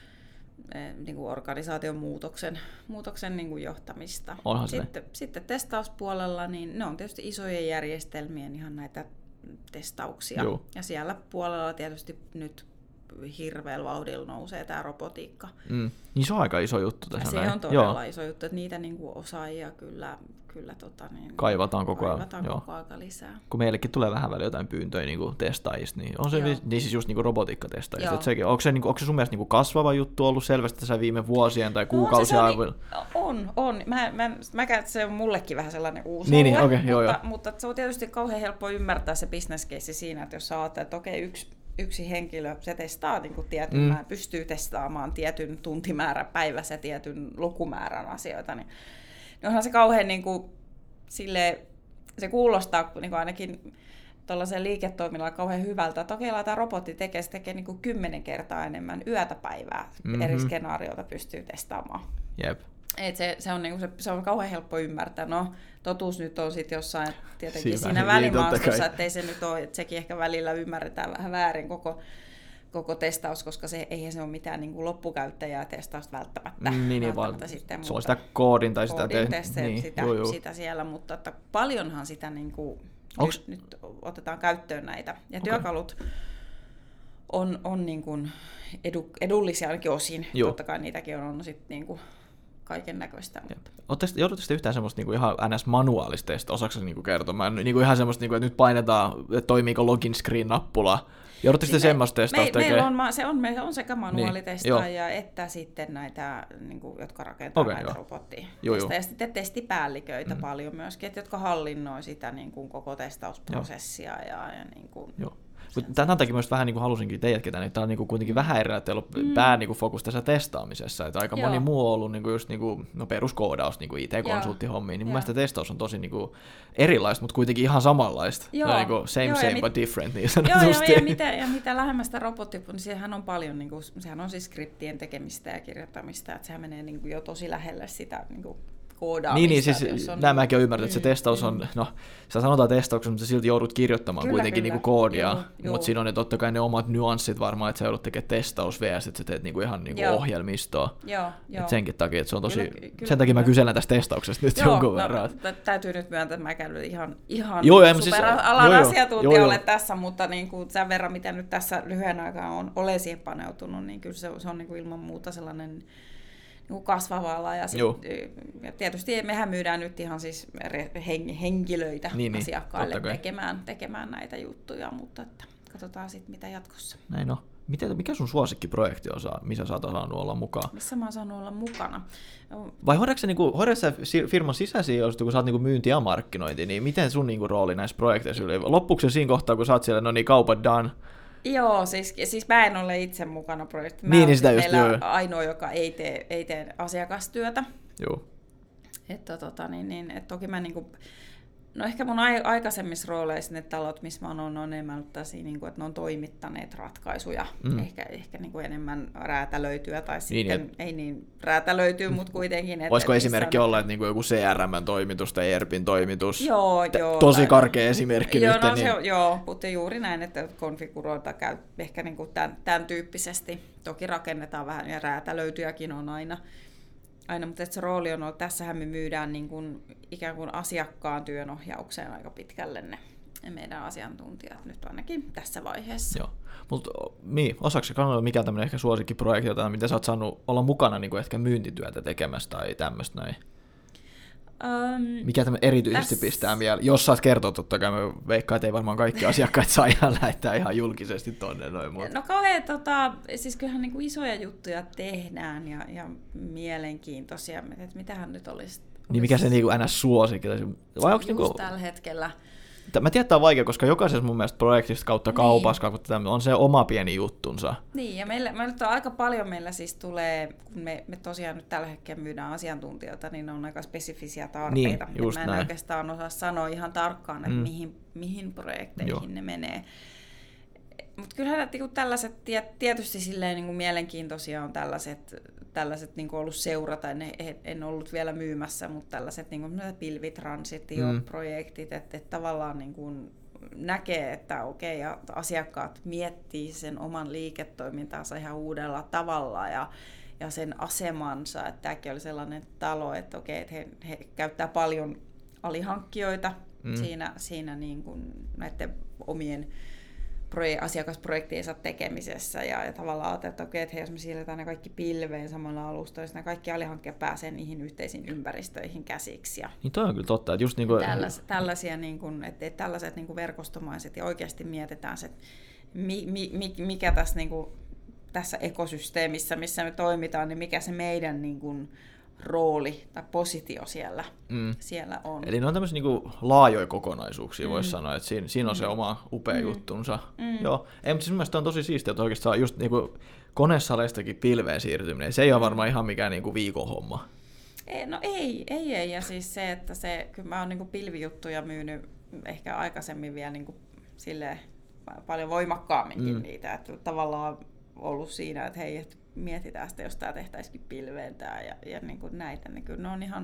[SPEAKER 2] niin kuin organisaation muutoksen, muutoksen niin kuin johtamista. Sitten, sitten testauspuolella, niin ne on tietysti isojen järjestelmien ihan näitä testauksia. Joo. Ja siellä puolella tietysti nyt hirveällä vauhdilla nousee tämä robotiikka.
[SPEAKER 1] Mm. Niin se on aika iso juttu tässä.
[SPEAKER 2] Se
[SPEAKER 1] näin.
[SPEAKER 2] on todella Joo. iso juttu, että niitä niin kuin osaajia kyllä, kyllä tota, niin,
[SPEAKER 1] kaivataan koko ajan.
[SPEAKER 2] Kaivataan koko ajan lisää.
[SPEAKER 1] Kun meillekin tulee vähän väliä jotain pyyntöjä niin kuin testaajista, niin on se vi- niin siis just niin kuin robotiikkatestaajista. Se, onko, se, niin kuin, onko se sun mielestä niin kuin kasvava juttu ollut selvästi tässä viime vuosien tai kuukausia?
[SPEAKER 2] No, on, on, on. Mä, mä, mä, se on mullekin vähän sellainen uusi
[SPEAKER 1] niin,
[SPEAKER 2] alue,
[SPEAKER 1] niin, okay, joo,
[SPEAKER 2] mutta,
[SPEAKER 1] joo.
[SPEAKER 2] mutta se on tietysti kauhean helppo ymmärtää se business case siinä, että jos sä ajattelet, että okei, yksi yksi henkilö, se testaa niin kuin tietyn mm. määrän, pystyy testaamaan tietyn tuntimäärän päivässä tietyn lukumäärän asioita, niin, niin onhan se kauhean niin kuin, silleen, se kuulostaa niin kuin ainakin tuollaisen liiketoiminnalla kauhean hyvältä, että okei, tämä robotti tekee, se tekee niin kuin kymmenen kertaa enemmän yötä päivää, mm-hmm. eri skenaarioita pystyy testaamaan.
[SPEAKER 1] Jep.
[SPEAKER 2] Et se, se, on, niin kuin, se, se on kauhean helppo ymmärtää. No, totuus nyt on sitten jossain tietenkin siinä, siinä välimaastossa, ettei se nyt ole, että sekin ehkä välillä ymmärretään vähän väärin koko, koko testaus, koska se, eihän se ole mitään niin kuin loppukäyttäjää testausta välttämättä.
[SPEAKER 1] Mm, niin,
[SPEAKER 2] välttämättä
[SPEAKER 1] vaan
[SPEAKER 2] sitten,
[SPEAKER 1] se on sitä koodin tai sitä,
[SPEAKER 2] koodin
[SPEAKER 1] te...
[SPEAKER 2] teste,
[SPEAKER 1] niin,
[SPEAKER 2] sitä,
[SPEAKER 1] joo, joo.
[SPEAKER 2] sitä siellä, mutta että paljonhan sitä niin kuin,
[SPEAKER 1] Onks...
[SPEAKER 2] nyt, nyt otetaan käyttöön näitä. Ja okay. työkalut on, on niin kuin edu, edullisia ainakin osin. Joo. Totta kai niitäkin on, on sitten niin kuin kaiken näköistä.
[SPEAKER 1] Joudutteko sitten yhtään semmoista niinku ihan ns. Manuaalista testausta, osaako se niinku kertomaan? Niinku ihan semmoista, niinku, että nyt painetaan, että toimiiko login screen-nappula. Joudutteko sitten semmoista testausta
[SPEAKER 2] me,
[SPEAKER 1] tekemään?
[SPEAKER 2] Meillä on, se on, meillä on sekä manuaalitestaajia niin, että sitten näitä, niinku, jotka rakentaa okay, näitä robottia. Ja sitten testipäälliköitä mm. paljon myöskin, että, jotka hallinnoi sitä niinku, koko testausprosessia. Ja, ja, niinku,
[SPEAKER 1] tämän takia myös vähän niin kuin halusinkin teidät ketään, että tämä on niin kuin kuitenkin vähän eri, että teillä on mm. pää niin kuin fokus tässä testaamisessa. Että aika Joo. moni muu on ollut niin kuin just niin kuin, no peruskoodaus, niin kuin I T-konsulttihommiin, niin mun mielestä testaus on tosi niin kuin erilaista, mutta kuitenkin ihan samanlaista.
[SPEAKER 2] Joo.
[SPEAKER 1] Niin kuin same,
[SPEAKER 2] Joo,
[SPEAKER 1] same,
[SPEAKER 2] mit...
[SPEAKER 1] but different. Niin
[SPEAKER 2] Joo, ja, ja, mitä, ja mitä lähemmästä robotti, niin sehän on paljon, niin kuin, sehän on siis skriptien tekemistä ja kirjoittamista, että sehän menee niin kuin jo tosi lähelle sitä niin kuin koodaamista.
[SPEAKER 1] Niin, niin siis nämä mäkin olen ymmärtänyt, että se testaus on, no sä sanotaan testauksessa, mutta sä silti joudut kirjoittamaan kyllä, kuitenkin kyllä. Niin kuin koodia, mutta siinä on ne totta kai ne omat nyanssit varmaan, että sä joudut tekemään testaus vs, että sä teet niin kuin ihan niin kuin ohjelmistoa.
[SPEAKER 2] Joo, joo.
[SPEAKER 1] Et senkin takia, että se on tosi, kyllä,
[SPEAKER 2] kyllä,
[SPEAKER 1] sen takia
[SPEAKER 2] kyllä.
[SPEAKER 1] mä kyselen tästä testauksesta nyt
[SPEAKER 2] joo,
[SPEAKER 1] jonkun
[SPEAKER 2] no,
[SPEAKER 1] verran.
[SPEAKER 2] Täytyy nyt myöntää, että mä käyn ihan, ihan
[SPEAKER 1] joo,
[SPEAKER 2] superalan
[SPEAKER 1] siis,
[SPEAKER 2] asiantuntija joo, olen tässä, mutta niin kuin sen verran, mitä nyt tässä lyhyen aikaa on, olen siihen paneutunut, niin kyllä se, se on niin kuin ilman muuta sellainen niin kasvava ala. Ja, sit, ja tietysti mehän myydään nyt ihan siis henkilöitä niin, asiakkaille niin, tekemään, tekemään näitä juttuja, mutta että katsotaan sitten mitä jatkossa.
[SPEAKER 1] Näin on. Miten, mikä sun suosikkiprojekti on, missä sä oot saanut olla mukana?
[SPEAKER 2] Missä mä oon saanut olla mukana?
[SPEAKER 1] Vai hoidatko sä, niinku, sä firman sisäisiä, kun sä oot niinku myynti ja markkinointi, niin miten sun niinku rooli näissä projekteissa yli? Loppuuko se siinä kohtaa, kun sä oot siellä, no niin, kaupat done?
[SPEAKER 2] Joo, siis, siis mä en ole itse mukana projektissa. Mä
[SPEAKER 1] niin,
[SPEAKER 2] olen
[SPEAKER 1] niin sitä just,
[SPEAKER 2] meillä ainoa, joka ei tee, ei tee asiakastyötä.
[SPEAKER 1] Joo.
[SPEAKER 2] Että tota, niin, niin, et toki mä niinku, no ehkä mun aikaisemmissa rooleissa ne talot, missä mä oon, on enemmän niin kuin, että ne on toimittaneet ratkaisuja. Mm. Ehkä, ehkä niin kuin enemmän räätälöityä, tai niin, sitten et... ei niin räätälöityy, mm. mutta kuitenkin. Et,
[SPEAKER 1] voisiko
[SPEAKER 2] et
[SPEAKER 1] esimerkki on... olla, että niin kuin joku C R M-toimitus tai E R Pin toimitus?
[SPEAKER 2] Joo, T- joo.
[SPEAKER 1] Tosi karkea esimerkki
[SPEAKER 2] joo,
[SPEAKER 1] nyt.
[SPEAKER 2] No,
[SPEAKER 1] niin...
[SPEAKER 2] se, joo, mutta juuri näin, että konfiguroita käy ehkä niin kuin tämän, tämän tyyppisesti. Toki rakennetaan vähän, ja räätälöityjäkin on aina. Aina, mutta se rooli on ollut, tässähän me myydään niin kuin, ikään kuin asiakkaan työnohjaukseen aika pitkälle ne meidän asiantuntijat nyt ainakin tässä vaiheessa.
[SPEAKER 1] Joo, mutta niin, osaako se kannalta mikä tämmöinen ehkä suosikkiprojekti, jota, miten sä oot saanut olla mukana niin kuin ehkä myyntityötä tekemässä tai tämmöistä näin? Um, mikä tämä erityisesti täs... pistää mieleen? Jos saat kertoa, totta kai mä veikkaan, että ei varmaan kaikki asiakkaat saa ihan lähettää ihan julkisesti tonne noin. Mutta...
[SPEAKER 2] No kauhean, tota, siis kyllähän niin kuin isoja juttuja tehdään ja, ja mielenkiintoisia, että mitähän nyt olisi...
[SPEAKER 1] Niin mikä se niin kuin ns. Suosikki? Vai onko
[SPEAKER 2] just
[SPEAKER 1] niinku...
[SPEAKER 2] tällä hetkellä.
[SPEAKER 1] Mä tiedän, että on vaikea, koska jokaisessa mun mielestä projektista kautta kaupassa niin. On se oma pieni juttunsa.
[SPEAKER 2] Niin, ja meillä, meillä on aika paljon meillä siis tulee, kun me, me tosiaan nyt tällä hetkellä myydään asiantuntijoita, niin ne on aika spesifisiä tarpeita.
[SPEAKER 1] Niin, just
[SPEAKER 2] mä en
[SPEAKER 1] näin.
[SPEAKER 2] oikeastaan osaa sanoa ihan tarkkaan, että mm. mihin, mihin projekteihin Joo. ne menee. Mutta kyllähän tällaiset, tietysti silleen niin kuin mielenkiintoisia on tällaiset, tällaiset niin kuin ollut seurata, en, en ollut vielä myymässä, mutta tällaiset niin kuin pilvitransitioprojektit, mm. että, että tavallaan niin kuin näkee, että okei, ja asiakkaat miettii sen oman liiketoimintaansa ihan uudella tavalla ja, ja sen asemansa, että tämäkin oli sellainen talo, että okei, että he, he käyttää paljon alihankkijoita mm. siinä, siinä niin kuin näiden omien asiakasprojektiensa tekemisessä ja, ja tavallaan ajatellaan, että okei, että he, jos me siirretään ne kaikki pilveen samalla alustoilla, niin kaikki alihankkijat pääsee niihin yhteisiin ympäristöihin käsiksi. Ja
[SPEAKER 1] niin toi on kyllä totta, että just niin kuin...
[SPEAKER 2] Tällais, tällaisia niin kuin, että, että tällaiset niin kuin verkostomaiset ja oikeasti mietitään se, että mi, mi, mikä tässä, niin kuin, tässä ekosysteemissä, missä me toimitaan, niin mikä se meidän niin kuin, rooli tai positio siellä, mm. siellä on.
[SPEAKER 1] Eli ne on tämmöisiä niin laajoja kokonaisuuksia, mm. voisi sanoa, että siinä, siinä on mm. se oma upea mm. juttunsa. Mm. Joo. Ei, mutta siis mielestäni on tosi siistiä, että oikeastaan just niin kuin konesaleistakin pilveen siirtyminen, se ei ole varmaan ihan mikään niin kuin viikon homma.
[SPEAKER 2] Ei, no ei, ei, ei. Ja siis se, että se, kyllä mä oon niin kuin pilvijuttuja myynyt ehkä aikaisemmin vielä niin kuin silleen paljon voimakkaamminkin mm. niitä, että tavallaan ollut siinä, että hei, että mietitään sitä, jos tämä tehtäisikin pilveen tää ja, ja niin kuin näitä, niin kyllä ne on ihan,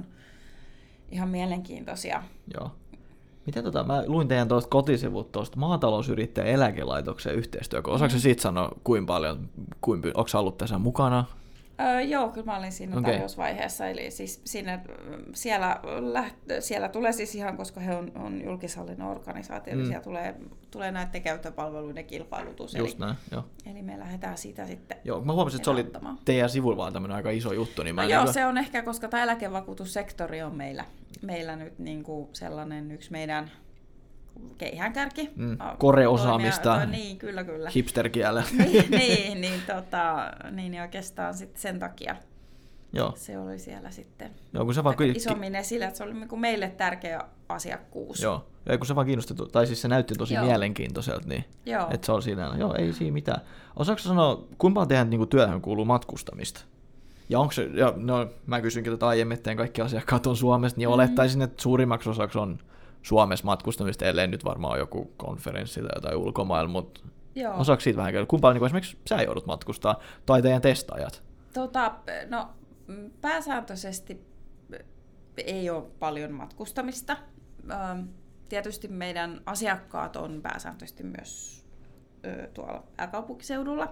[SPEAKER 2] ihan mielenkiintoisia.
[SPEAKER 1] Joo. Miten tota, mä luin teidän tuosta kotisivut tuosta maatalousyrittäjän eläkelaitoksen yhteistyötä. Osaatko mm. siitä sanoa, kuinka paljon, kuinka, onko sä ollut tässä mukana?
[SPEAKER 2] Öö, joo, kyllä mä olin siinä okay. tarjousvaiheessa, eli siis siinä, siellä, lähtö, siellä tulee siis ihan, koska he on, on julkishallinnon organisaatio, mm. niin siellä tulee, tulee näiden käyttöpalveluiden kilpailutus.
[SPEAKER 1] Just
[SPEAKER 2] eli,
[SPEAKER 1] näin, joo.
[SPEAKER 2] Eli me lähdetään siitä sitten.
[SPEAKER 1] Joo, mä huomasin, että se oli teidän sivuilla vaan tämmöinen aika iso juttu. Niin
[SPEAKER 2] no
[SPEAKER 1] mä
[SPEAKER 2] joo,
[SPEAKER 1] niin...
[SPEAKER 2] se on ehkä, koska tämä eläkevakuutussektori on meillä, meillä nyt niin kuin sellainen yksi meidän keihäänkärki. Mm,
[SPEAKER 1] Kore-osaamista,
[SPEAKER 2] niin, kyllä, kyllä.
[SPEAKER 1] hipsterkielellä.
[SPEAKER 2] niin, niin, niin, tota, niin oikeastaan sit sen takia
[SPEAKER 1] Joo.
[SPEAKER 2] se oli siellä sitten
[SPEAKER 1] Joo, kun se vaan kyllä...
[SPEAKER 2] isommin esille, että se oli meille tärkeä asiakkuus.
[SPEAKER 1] Joo, ja kun se vaan kiinnosti, tai siis se näytti tosi Joo. mielenkiintoiselta, niin
[SPEAKER 2] Joo.
[SPEAKER 1] että se on siinä, joo, ei siinä mitään. Osaatko sanoa, kuinka paljon teidän niin kuin työhön kuuluu matkustamista? Ja onko se, ja no, mä kysyinkin tätä aiemmin, että kaikki asiakkaat on Suomesta, niin mm-hmm. olettaisin, että suurimmaksi osaksi on Suomessa matkustamista, ellei nyt varmaan ole joku konferenssi tai jotain ulkomailla, mutta osaako siitä vähän käydä? Kuinka paljon niin esimerkiksi sä joudut matkustaa, tai teidän testaajat?
[SPEAKER 2] Tota, no pääsääntöisesti ei ole paljon matkustamista. Tietysti meidän asiakkaat on pääsääntöisesti myös tuolla pääkaupunkiseudulla.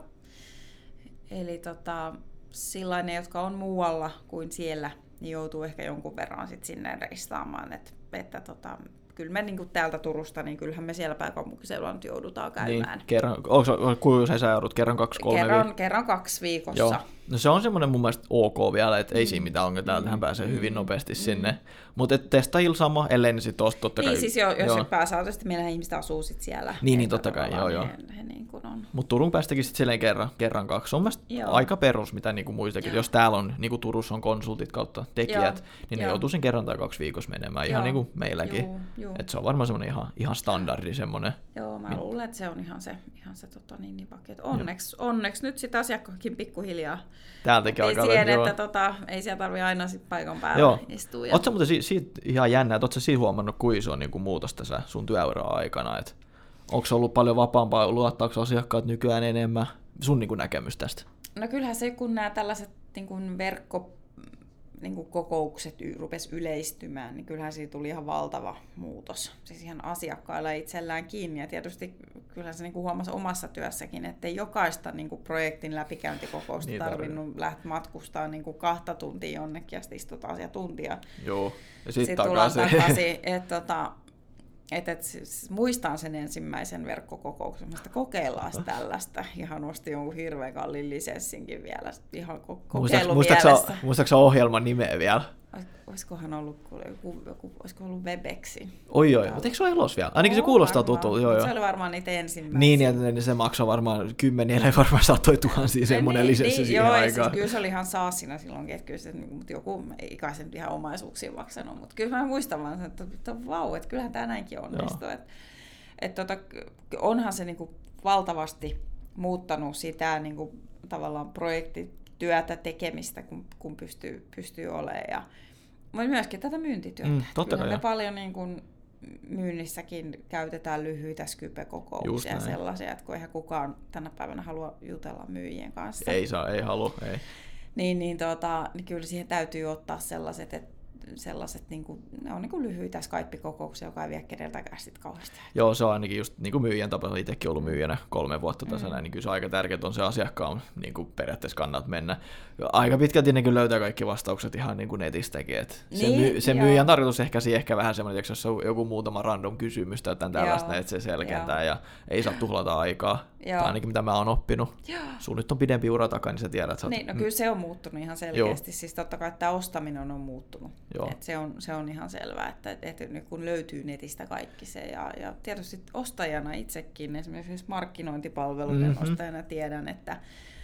[SPEAKER 2] Eli tota, sillainen, jotka on muualla kuin siellä, niin joutuu ehkä jonkun verran sit sinne reistaamaan. Et, että tota, kyllä me niin täältä Turusta, niin kyllähän me siellä pääkaupunkiseudulla nyt joudutaan käymään.
[SPEAKER 1] Niin, kerran, onko, kuinka usein sä joudut? Kerran kaksi, kolme
[SPEAKER 2] kerran,
[SPEAKER 1] viikossa?
[SPEAKER 2] Kerran kaksi viikossa.
[SPEAKER 1] Joo. No se on semmoinen mun mielestä ok vielä, että ei
[SPEAKER 2] Mm.
[SPEAKER 1] siinä mitään ongelmaa, täältähän pääsee hyvin
[SPEAKER 2] Mm.
[SPEAKER 1] nopeasti
[SPEAKER 2] Mm.
[SPEAKER 1] sinne. Mutta testajilla sama, ellei ne sitten osta totta kai.
[SPEAKER 2] Niin siis jo, jos
[SPEAKER 1] joo.
[SPEAKER 2] se pääsääntöisesti meidän ihmiset asuu sit siellä.
[SPEAKER 1] Niin, niin
[SPEAKER 2] että
[SPEAKER 1] totta kai,
[SPEAKER 2] tavallaan
[SPEAKER 1] joo,
[SPEAKER 2] he, he niin kuin on.
[SPEAKER 1] Mutta Turun päästäkin sitten silleen kerran, kerran kaksi. Se on mielestäni
[SPEAKER 2] Joo.
[SPEAKER 1] aika perus, mitä niinku muistakin. Jos täällä on, niinku Turussa on konsultit kautta tekijät,
[SPEAKER 2] Joo.
[SPEAKER 1] niin ne
[SPEAKER 2] Joo.
[SPEAKER 1] joutuu sen kerran tai kaksi viikossa menemään, ihan
[SPEAKER 2] Joo.
[SPEAKER 1] niin kuin meilläkin.
[SPEAKER 2] Juu, juu.
[SPEAKER 1] Et se on varmaan semmoinen ihan, ihan standardi semmoinen.
[SPEAKER 2] Joo, mä luulen, että se on ihan se, ihan se tota, niin, niin paketti. Onneksi, onneksi nyt sitä asiakkaakin pikkuhiljaa.
[SPEAKER 1] Täältäkin
[SPEAKER 2] Ei
[SPEAKER 1] alkaa
[SPEAKER 2] siihen,
[SPEAKER 1] joo.
[SPEAKER 2] että tota, ei siellä tarvitse aina sit paikan päällä
[SPEAKER 1] Joo.
[SPEAKER 2] istua. Ja...
[SPEAKER 1] Oletko muuten siitä, siitä ihan jännää, että oletko siitä huomannut, kuin iso on niin kuin muutos tässä sun työuran aikana? Et onko se ollut paljon vapaampaa, luottaako asiakkaat nykyään enemmän? Sun niin kuin näkemys tästä?
[SPEAKER 2] No kyllähän se, kun nämä tällaiset niin kuin verkko niin kuin kokoukset y- rupesi yleistymään, niin kyllähän siitä tuli ihan valtava muutos. Siis ihan asiakkailla itsellään kiinni. Ja tietysti kyllähän se niin kuin huomasi omassa työssäkin, että ei jokaista niin kuin projektin läpikäyntikokousta
[SPEAKER 1] Niin
[SPEAKER 2] tarvinnut lähteä matkustaa niin kuin kahta tuntia jonnekin ja sitten istutaan siellä tuntia.
[SPEAKER 1] Joo, ja sitten
[SPEAKER 2] Sitten tullaan
[SPEAKER 1] takaisin.
[SPEAKER 2] takaisin. Että tota, et, et, siis muistan sen ensimmäisen verkkokokouksen, että kokeillaan tällaista. Ihan ostin jonkun hirveän kalliin lisenssinkin vielä. Ihan ko- kokeilu mielessä.
[SPEAKER 1] Muistatko sä ohjelman nimeä vielä?
[SPEAKER 2] Olisikohan ollut joku, joku olisiko ollut Webexi?
[SPEAKER 1] Oi oi, mutta eikö se ole elos vielä? Ainakin se
[SPEAKER 2] Oo,
[SPEAKER 1] kuulostaa
[SPEAKER 2] varmaan.
[SPEAKER 1] tutulta. Joo, joo.
[SPEAKER 2] Se oli varmaan niitä ensimmäisiä.
[SPEAKER 1] Niin, ja niin se maksaa varmaan kymmeniä, eli varmaan satoi tuhansia semmoinen
[SPEAKER 2] niin,
[SPEAKER 1] lisenssi
[SPEAKER 2] niin,
[SPEAKER 1] siihen
[SPEAKER 2] joo,
[SPEAKER 1] aikaan.
[SPEAKER 2] siis kyllä se oli ihan saasina silloinkin, että kyllä se, mutta joku ei kai sen ihan omaisuuksiin maksanut, mutta kyllä mä muistan vaan, että, että vau, että kyllähän tämä näinkin onnistuu. Että, että tota, onhan se niin kuin valtavasti muuttanut sitä niin kuin, tavallaan projektityötä tekemistä, kun, kun pystyy, pystyy olemaan. Ja, mutta myöskin tätä myyntityötä.
[SPEAKER 1] Mm, totta
[SPEAKER 2] kyllä
[SPEAKER 1] kai,
[SPEAKER 2] me paljon niin kuin, myynnissäkin käytetään lyhyitä Skype-kokouksia ja sellaisia, että kun eihän kukaan tänä päivänä halua jutella myyjien kanssa.
[SPEAKER 1] Ei saa, ei halua, ei.
[SPEAKER 2] Niin, niin, tota, niin kyllä siihen täytyy ottaa sellaiset, että sellaiset niin kuin, ne on niin kuin lyhyitä Skype-kokouksia, joka ei vie keneltäkään sitten kauheasti.
[SPEAKER 1] Joo, se on ainakin just niin kuin myyjän tapa, itsekin ollut myyjänä kolme vuotta tasana, mm. niin kyllä se on aika tärkeää, on se asiakkaan niin kuin periaatteessa kannat mennä. Aika pitkälti ne kyllä löytää kaikki vastaukset ihan niin kuin netistäkin, että se,
[SPEAKER 2] niin,
[SPEAKER 1] myy, se myyjän tarkoitus ehkä siihen ehkä vähän semmoinen, että jos on joku muutama random kysymys tai jotain tällaista,
[SPEAKER 2] Joo.
[SPEAKER 1] että se selkentää
[SPEAKER 2] Joo.
[SPEAKER 1] ja ei saa tuhlata aikaa.
[SPEAKER 2] Joo.
[SPEAKER 1] Tai ainakin mitä mä oon oppinut.
[SPEAKER 2] Joo.
[SPEAKER 1] Sun nyt on pidempi ura takaa, niin sä tiedät. Että sä oot...
[SPEAKER 2] Niin, no kyllä se on muuttunut ihan selkeästi. Joo. Siis totta kai tämä ostaminen on muuttunut. Et se, on, se on ihan selvää, että, että nyt kun löytyy netistä kaikki se. Ja, ja tietysti ostajana itsekin, esimerkiksi markkinointipalveluiden mm-hmm. ostajana tiedän, että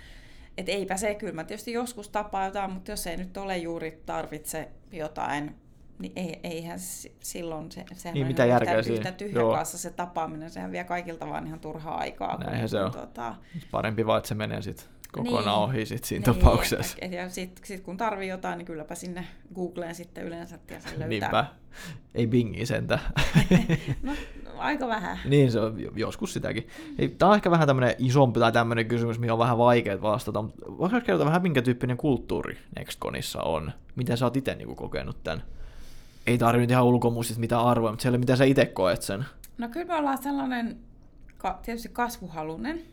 [SPEAKER 2] et eipä se kyllä. Mä tietysti joskus tapaa jotain, mutta jos ei nyt ole juuri tarvitse jotain, niin ei, eihän silloin se, sehän
[SPEAKER 1] niin,
[SPEAKER 2] on
[SPEAKER 1] mitä
[SPEAKER 2] ihan
[SPEAKER 1] yhtä,
[SPEAKER 2] yhtä tyhjän kanssa se tapaaminen. Sehän vie kaikilta vaan ihan turhaa aikaa.
[SPEAKER 1] Näinhän
[SPEAKER 2] kun,
[SPEAKER 1] se on.
[SPEAKER 2] Tuota...
[SPEAKER 1] Parempi vaan, että se menee sitten kokonaan
[SPEAKER 2] niin.
[SPEAKER 1] ohi sit siinä
[SPEAKER 2] niin,
[SPEAKER 1] tapauksessa.
[SPEAKER 2] Et, ja sitten sit kun tarvii jotain, niin kylläpä sinne Googleen sitten yleensä ja sen löytää.
[SPEAKER 1] Niinpä. Ei bingi sentä.
[SPEAKER 2] No, aika vähän.
[SPEAKER 1] Niin, se on joskus sitäkin. Tämä on ehkä vähän tämmöinen isompi tai tämmöinen kysymys, mihin on vähän vaikea vastata. Voitko kertoa vähän, minkä tyyppinen kulttuuri NextConissa on? Miten sä oot itse niinku kokenut tämän? Ei tarvitse ihan ulkomuistista mitään arvoa, mutta siellä miten sä itse koet sen?
[SPEAKER 2] No kyllä me ollaan sellainen tietysti kasvuhalunen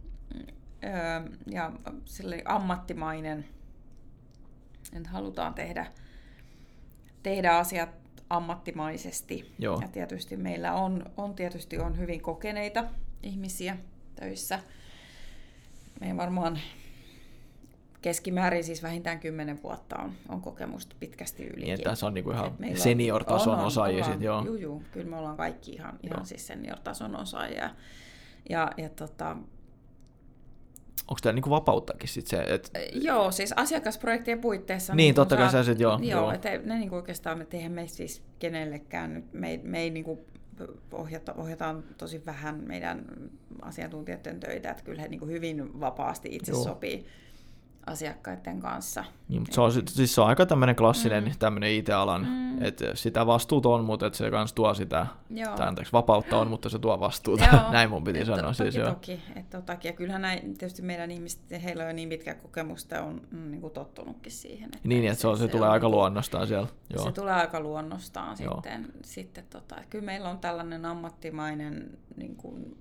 [SPEAKER 2] ja ammattimainen, että halutaan tehdä, tehdä asiat ammattimaisesti.
[SPEAKER 1] Joo.
[SPEAKER 2] Ja tietysti meillä on, on, tietysti on hyvin kokeneita ihmisiä töissä. Meidän varmaan keskimäärin siis vähintään kymmenen vuotta on, on kokemusta pitkästi ylikin.
[SPEAKER 1] Niin, tässä on niinku ihan senior-tason osaajia. Sit, joo.
[SPEAKER 2] Juu, juu, kyllä me ollaan kaikki ihan, ihan siis senior-tason osaajia. Ja, ja tota,
[SPEAKER 1] onko tämä niinku vapauttakin sit se? Et...
[SPEAKER 2] Joo, siis asiakasprojektien puitteissa.
[SPEAKER 1] Niin, totta kai sä sit, joo.
[SPEAKER 2] Joo,
[SPEAKER 1] joo.
[SPEAKER 2] että ne niinku oikeastaan, että eihän me siis kenellekään nyt, me, me ei niinku ohjata, ohjataan tosi vähän meidän asiantuntijoiden töitä, että kyllä he niinku hyvin vapaasti itse joo. sopii asiakkaiden kanssa.
[SPEAKER 1] Niin, mutta se on, siis se on aika tämmöinen klassinen mm. tämmöinen I T-alan,
[SPEAKER 2] Mm.
[SPEAKER 1] että sitä vastuuta on, mutta että se kans tuo sitä, tai anteeksi, vapautta on, mutta se tuo vastuuta.
[SPEAKER 2] Joo.
[SPEAKER 1] Näin mun piti
[SPEAKER 2] Et
[SPEAKER 1] sanoa.
[SPEAKER 2] to,
[SPEAKER 1] Siis
[SPEAKER 2] toki,
[SPEAKER 1] joo.
[SPEAKER 2] toki. Että toki. Ja kyllähän näin, tietysti meidän ihmiset, heillä on jo niin pitkä kokemusta, on mm, niin kuin tottunutkin siihen. Että
[SPEAKER 1] niin, että se, on, se, se tulee on, aika luonnostaan siellä. Joo.
[SPEAKER 2] Se tulee aika luonnostaan
[SPEAKER 1] Joo.
[SPEAKER 2] sitten. sitten tota, kyllä meillä on tällainen ammattimainen, niin kuin,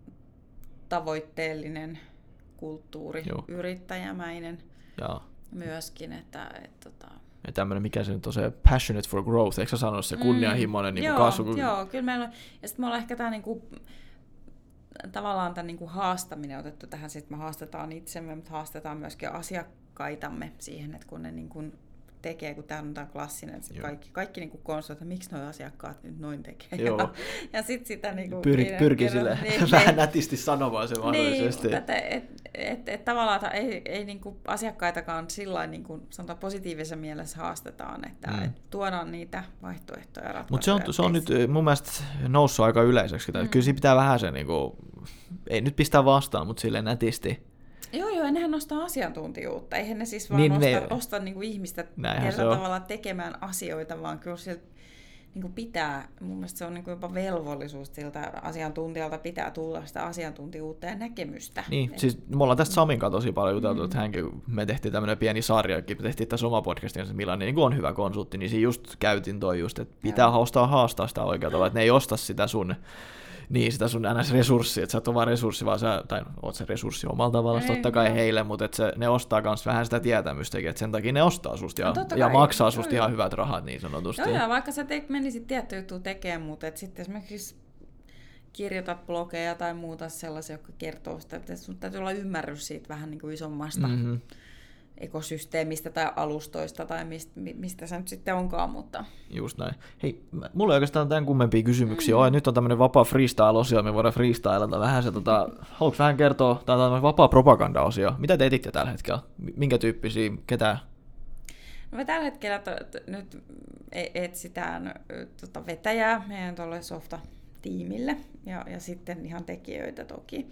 [SPEAKER 2] tavoitteellinen kulttuuri, Joo. yrittäjämäinen
[SPEAKER 1] ja.
[SPEAKER 2] myöskin. Että, et, tota...
[SPEAKER 1] ja tämmöinen, mikä se nyt on se passionate for growth, eikö sä sanonut se kunnianhimoinen mm, niin
[SPEAKER 2] joo,
[SPEAKER 1] kasvu?
[SPEAKER 2] Joo, kyllä meillä on, ja sitten me ollaan ehkä tämä niinku, tavallaan tämän niinku haastaminen otettu tähän, sitten me haastetaan itsemme, mutta haastetaan myöskin asiakkaitamme siihen, että kun ne niinku tekee, kun tämä on tämä klassinen, että kaikki, kaikki niinku konsultoivat, että miksi nuo asiakkaat nyt noin tekee. Joo. Ja, ja sitten sitä niinku...
[SPEAKER 1] Pyr, pyrkii sille niin, vähän nätisti sanomaan se mahdollisesti.
[SPEAKER 2] Niin, mutta et, et, et, tavallaan ei, ei niinku asiakkaitakaan sillain niinku, sanotaan positiivisessa mielessä haastetaan, että mm. et tuodaan niitä vaihtoehtoja ratkaisuja.
[SPEAKER 1] Mutta se on, se on nyt mun mielestä noussut aika yleiseksi. Mm. Kyllä siinä pitää vähän se, niinku, ei nyt pistää vastaan, mutta silleen nätisti.
[SPEAKER 2] Joo, joo, nehän nostaa asiantuntijuutta. Eihän ne siis vaan
[SPEAKER 1] niin,
[SPEAKER 2] nosta,
[SPEAKER 1] ne...
[SPEAKER 2] osta niinku ihmistä kerran tavalla tekemään asioita, vaan kyllä sieltä niinku pitää, mun mielestä se on niinku jopa velvollisuus siltä asiantuntijalta pitää tulla sitä asiantuntijuutta ja näkemystä.
[SPEAKER 1] Niin, Et... siis me ollaan tästä Samin kanssa tosi paljon juteltu, mm. että hänkin, me tehtiin tämmöinen pieni sarjakin, me tehtiin tässä oma podcastin, että millainen niin on hyvä konsultti, niin siinä just käytin toi just, että pitää haastaa haastaa sitä oikealla tavalla, että ne ei osta sitä sun... Niin, sitä sun N S-resurssia, että sä et ole vaan resurssi, vaan sä, tai oot se resurssi omalla tavalla, ei, totta kai no. heille, mutta että se, ne ostaa myös vähän sitä tietämystäkin, että sen takia ne ostaa susta ja, no, ja maksaa susta no, ihan hyvät rahat niin sanotusti.
[SPEAKER 2] Joo, joo, vaikka sä te, menisit tietty juttu tekemään, mutta että sitten esimerkiksi kirjoitat blogeja tai muuta sellaisia, jotka kertoo sitä, että sun täytyy olla ymmärrys siitä vähän niin kuin isommasta mm-hmm. ekosysteemistä tai alustoista tai mistä, mistä se nyt sitten onkaan, mutta...
[SPEAKER 1] Just näin. Hei, mulla ei oikeastaan tämän kummempia kysymyksiä. Mm. Oi, nyt on tämmöinen vapaa freestyle-osio, me voidaan freestylata vähän se, tota, haluatko vähän kertoa, tämä on vapaa propaganda-osio. Mitä te etitte tällä hetkellä? Minkä tyyppisiä, ketä?
[SPEAKER 2] No me tällä hetkellä to, to, nyt etsitään tota, vetäjää meidän tuolle softa-tiimille ja, ja sitten ihan tekijöitä toki.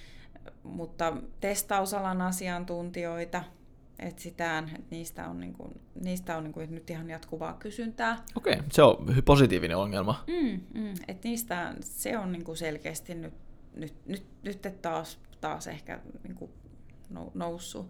[SPEAKER 2] Mutta testausalan asiantuntijoita etsitään, että niistä on, niinku, niistä on niinku nyt ihan jatkuvaa kysyntää. Okei,
[SPEAKER 1] se on positiivinen ongelma.
[SPEAKER 2] Mm, mm, että niistä se on niinku selkeästi nyt, nyt, nyt, nyt taas, taas ehkä niinku noussut.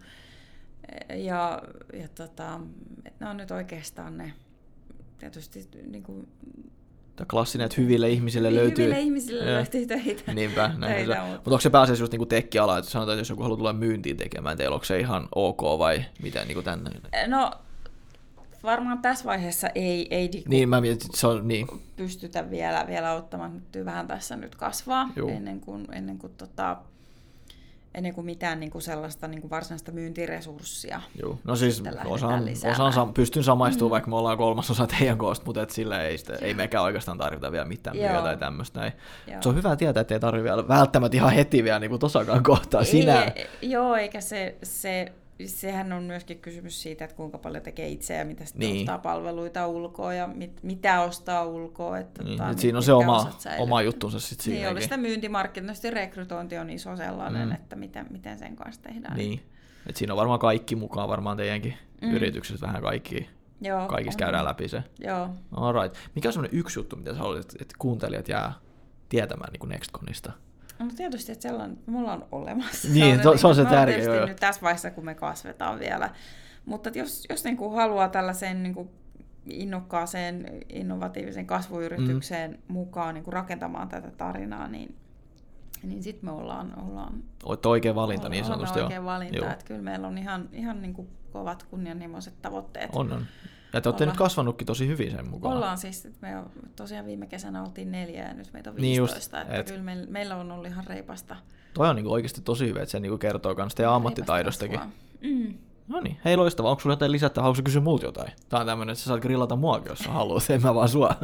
[SPEAKER 2] Ja, ja tota, ne on nyt oikeastaan ne tietysti niinku,
[SPEAKER 1] klassinen, että hyville ihmisille Hyville löytyy...
[SPEAKER 2] Hyville ihmisille löytyy töitä.
[SPEAKER 1] Niinpä, näin töitä, mutta... mutta onko se pääasiassa just niinku tekkiala, että sanotaan, että jos joku haluaa tulla myyntiin tekemään teillä, onko se ihan ok vai miten niinku tänne?
[SPEAKER 2] No varmaan tässä vaiheessa ei, ei niinku
[SPEAKER 1] niin, mä mietin, se on, niin.
[SPEAKER 2] pystytä vielä, vielä ottamaan, nyt vähän tässä nyt kasvaa, Juu. ennen kuin, ennen kuin tota... ennen kuin mitään niin kuin sellaista niin kuin varsinaista myyntiresurssia.
[SPEAKER 1] Joo. No siis osaan, osaan pystyn samaistumaan, mm. vaikka me ollaan kolmasosa teidän koosta, mutta et sillä ei, sitä, ei mekään oikeastaan tarvita vielä mitään myyä tai tämmöistä. Näin. Se on hyvä tietää, että ei tarvitse vielä välttämättä ihan heti vielä niin tosakaan kohtaa sinä.
[SPEAKER 2] Ei, joo, eikä se, se, sehän on myöskin kysymys siitä, että kuinka paljon tekee itse ja mitä sitten niin. ostaa palveluita ulkoa ja mit, mitä ostaa ulkoa. Että
[SPEAKER 1] niin.
[SPEAKER 2] tota,
[SPEAKER 1] Et siinä on se oma, oma juttunsa sitten siinäkin.
[SPEAKER 2] Niin, oli sitä myyntimarkkinoista, rekrytointi on iso sellainen, mm. että miten, miten sen kanssa tehdään.
[SPEAKER 1] Niin, että siinä on varmaan kaikki mukaan, varmaan teidänkin mm. yrityksessä vähän kaikki, Joo, kaikissa on. Käydään läpi se.
[SPEAKER 2] Joo.
[SPEAKER 1] All right. Mikä on semmoinen yksi juttu, mitä sä haluaisit, että kuuntelijat jää tietämään niin kuin Nextconista?
[SPEAKER 2] No tietysti, että sellainen, mulla on olemassa.
[SPEAKER 1] Niin, se on, se, on se tärkeä.
[SPEAKER 2] Nyt tässä vaiheessa, kun me kasvetaan vielä. Mutta jos, jos niin kuin haluaa tällaiseen niin kuin innokkaaseen, innovatiiviseen kasvuyritykseen mm. mukaan niin kuin rakentamaan tätä tarinaa, niin, niin sitten me ollaan... ollaan
[SPEAKER 1] Olette oikea valinta niin sanotusti.
[SPEAKER 2] Olemme oikea valinta, että kyllä meillä on ihan, ihan niin kuin kovat kunnianhimoiset tavoitteet.
[SPEAKER 1] On, on. Ja te olette Olla. nyt kasvanutkin tosi hyvin sen mukaan.
[SPEAKER 2] Ollaan siis, että me on, tosiaan viime kesänä oltiin neljä ja nyt meitä on viisitoista, niin just, että et... kyllä meillä, meillä on ollut ihan reipasta.
[SPEAKER 1] Toi on niin oikeasti tosi hyvä, että se niin kertoo myös teidän ammattitaidostakin.
[SPEAKER 2] Mm.
[SPEAKER 1] No niin, hei loistavaa. Onko sulla jotain lisätä? Haluatko kysyä multa jotain? Tää on tämmöinen, että sä saat grillata muakin, jos sä haluat, en mä vaan sua.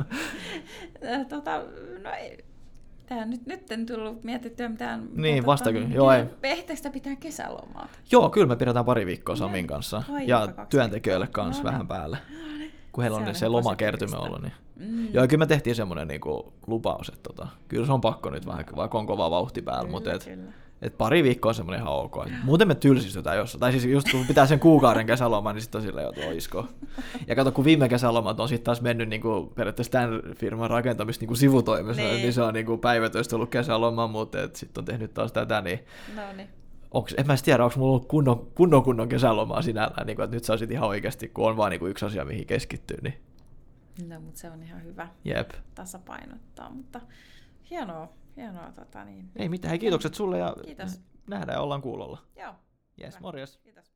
[SPEAKER 2] tota, no ei. Tää nyt, nyt en tullut mietittyä mitään.
[SPEAKER 1] Niin, vasta kyllä. Joo, ei.
[SPEAKER 2] Ehtääkö pitää kesälomaa?
[SPEAKER 1] Joo, kyllä me pidetään pari viikkoa Samin kanssa. Ai, ja työntekijöille kanssa no, vähän päälle. Kun heillä on se, se lomakertymä ollut. Niin. Mm. Joo, kyllä me tehtiin semmoinen niinku lupaus, että tota, kyllä se on pakko nyt vähän, vaikka on kova vauhti päällä.
[SPEAKER 2] Kyllä,
[SPEAKER 1] mutta et,
[SPEAKER 2] kyllä.
[SPEAKER 1] Et pari viikkoa on semmoinen ihan ok. Muuten me tylsistytään jossain. Tai siis just kun pitää sen kuukauden kesäloman, niin sitten on silleen, että oisko. Ja kato, kun viime kesälomat on sitten taas mennyt niin kuin, periaatteessa tämän firman rakentamista niin sivutoimessa, niin. niin se on niin päivätöistä ollut kesäloma, mutta sitten on tehnyt taas tätä, niin...
[SPEAKER 2] No niin.
[SPEAKER 1] Onks, en mä tiedä, onko mulla ollut kunnon, kunnon, kunnon kesälomaa sinällään, niin kuin, että nyt sä olisit ihan oikeasti, kun on vaan niin kuin yksi asia, mihin keskittyy. Niin...
[SPEAKER 2] No, mutta se on ihan hyvä
[SPEAKER 1] Jep.
[SPEAKER 2] tasapainottaa, mutta hienoa, hienoa. Tota, niin.
[SPEAKER 1] Ei mitään, hei, kiitokset sulle ja
[SPEAKER 2] Kiitos.
[SPEAKER 1] nähdään ja ollaan kuulolla.
[SPEAKER 2] Joo.
[SPEAKER 1] Jes, morjes.
[SPEAKER 2] Kiitos.